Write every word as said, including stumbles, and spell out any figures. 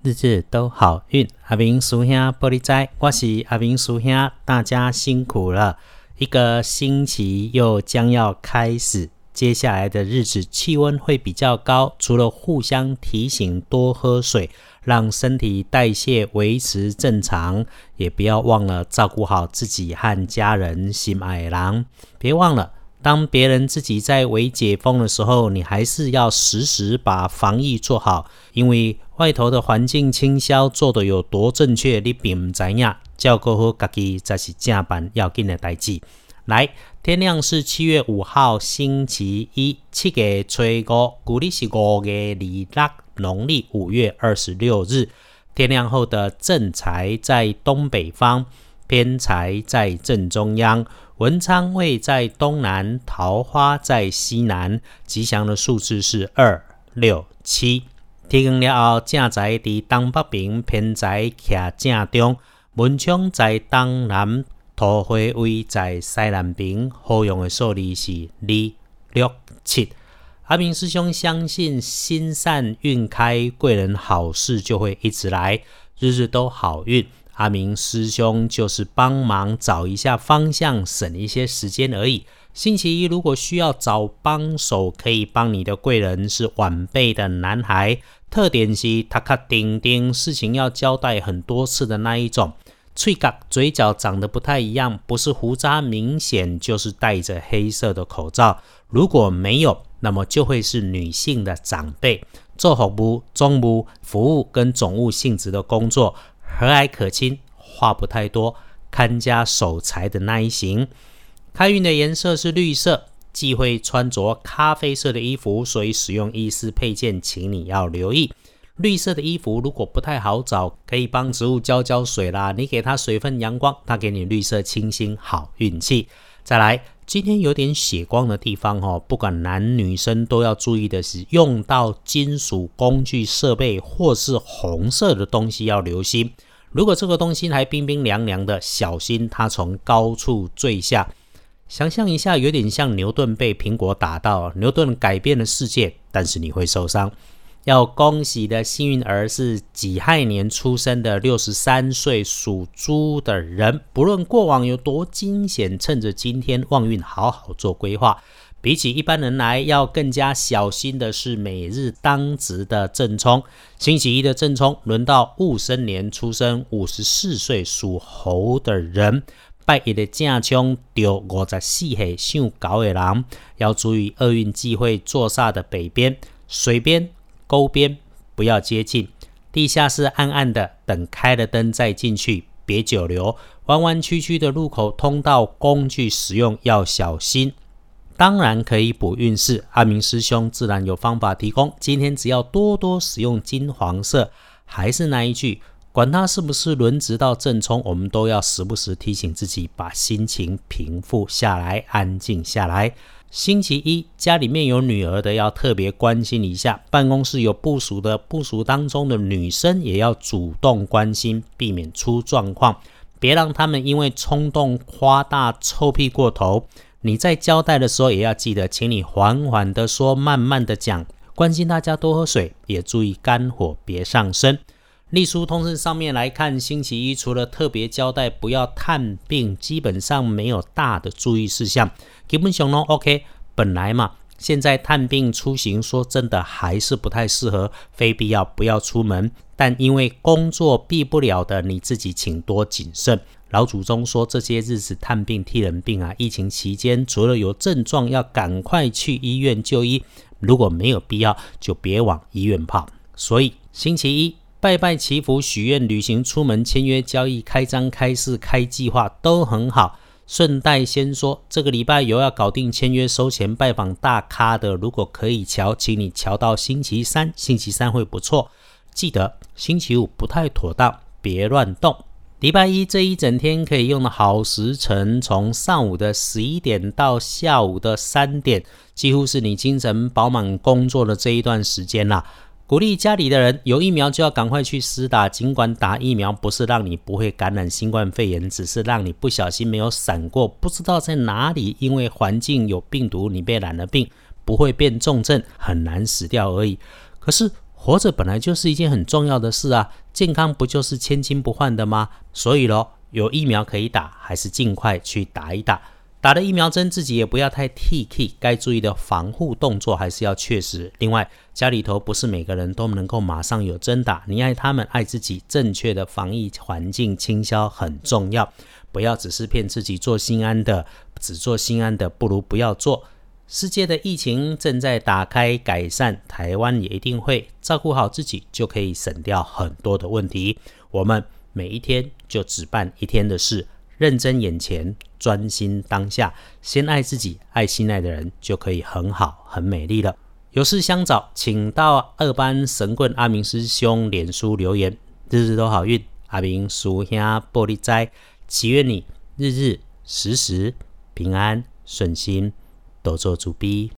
日日都好运。阿明师兄玻璃斋，我是阿明师兄，大家辛苦了。一个星期又将要开始，接下来的日子气温会比较高，除了互相提醒多喝水，让身体代谢维持正常，也不要忘了照顾好自己和家人心爱的人。别忘了，当别人自己在微解封的时候，你还是要时时把防疫做好，因为外头的环境清消做得有多正确，你并不知道，照顾好自己才是正办要紧的代志。来，天亮是七月五号星期一，七月初五，古历是五月二六，农历五月二十六日。天亮后的正财在东北方，偏财在正中央，文昌位在东南，桃花在西南，吉祥的数字是二、六、七。天光了后，正财在东北边，偏财徛正中，文昌在东南，桃花位在西南边，好用的数字是二、六、七。阿明师兄相信心善运开，贵人好事就会一直来，日日都好运。阿明师兄就是帮忙找一下方向，省一些时间而已。星期一如果需要找帮手，可以帮你的贵人是晚辈的男孩，特点是他卡丁丁，事情要交代很多次的那一种。嘴角嘴角长得不太一样，不是胡渣明显，就是戴着黑色的口罩。如果没有，那么就会是女性的长辈，做服务、中务、服务跟总务性质的工作，和蔼可亲，话不太多，看家守财的那一型。开运的颜色是绿色，忌讳穿着咖啡色的衣服，所以使用衣饰配件请你要留意。绿色的衣服如果不太好找，可以帮植物浇浇水啦，你给它水分阳光，它给你绿色清新好运气。再来，今天有点血光的地方哦，不管男女生都要注意的是，用到金属工具设备或是红色的东西要留心。如果这个东西还冰冰凉凉的，小心它从高处坠下。想象一下，有点像牛顿被苹果打到，牛顿改变了世界，但是你会受伤。要恭喜的幸运儿是己亥年出生的六十三岁属猪的人，不论过往有多惊险，趁着今天旺运好好做规划。比起一般人来，要更加小心的是每日当值的正冲。星期一的正冲轮到戊申年出生五十四岁属猴的人，拜一的正冲就五十四岁属狗的人，要注意厄运忌讳坐煞的北边、水边、沟边不要接近，地下室暗暗的，等开了灯再进去，别久留。弯弯曲曲的路口通道工具使用要小心。当然可以补运势，阿明师兄自然有方法提供。今天只要多多使用金黄色，还是那一句，管它是不是轮值到正冲，我们都要时不时提醒自己，把心情平复下来，安静下来。星期一，家里面有女儿的要特别关心一下，办公室有部属的，部属当中的女生也要主动关心，避免出状况，别让他们因为冲动夸大臭屁过头。你在交代的时候也要记得，请你缓缓的说，慢慢的讲，关心大家多喝水，也注意肝火别上升。历书通胜上面来看，星期一除了特别交代不要探病，基本上没有大的注意事项，基本上都 OK。 本来嘛，现在探病出行说真的还是不太适合，非必要不要出门，但因为工作避不了的，你自己请多谨慎。老祖宗说这些日子探病替人病啊，疫情期间除了有症状要赶快去医院就医，如果没有必要就别往医院跑。所以星期一拜拜祈福许愿旅行出门签约交易开张开市开计划都很好。顺带先说，这个礼拜有要搞定签约收钱拜访大咖的，如果可以瞧，请你瞧到星期三，星期三会不错。记得星期五不太妥当，别乱动。礼拜一这一整天可以用的好时辰，从上午的十一点到下午的三点，几乎是你精神饱满工作的这一段时间啦。鼓励家里的人有疫苗就要赶快去施打，尽管打疫苗不是让你不会感染新冠肺炎，只是让你不小心没有闪过，不知道在哪里因为环境有病毒你被染了病，不会变重症，很难死掉而已。可是活着本来就是一件很重要的事啊，健康不就是千金不换的吗？所以咯，有疫苗可以打，还是尽快去打一打。打了疫苗针，自己也不要太 T K， 该注意的防护动作还是要确实。另外，家里头不是每个人都能够马上有针打，你爱他们爱自己，正确的防疫环境清消很重要，不要只是骗自己做心安的，只做心安的不如不要做。世界的疫情正在打开改善，台湾也一定会，照顾好自己就可以省掉很多的问题。我们每一天就只办一天的事，认真眼前，专心当下，先爱自己，爱心爱的人，就可以很好很美丽了。有事相找，请到二班神棍阿明师兄脸书留言，日日都好运，阿明师兄玻璃斋，祈愿你日日时时平安顺心，多做主逼。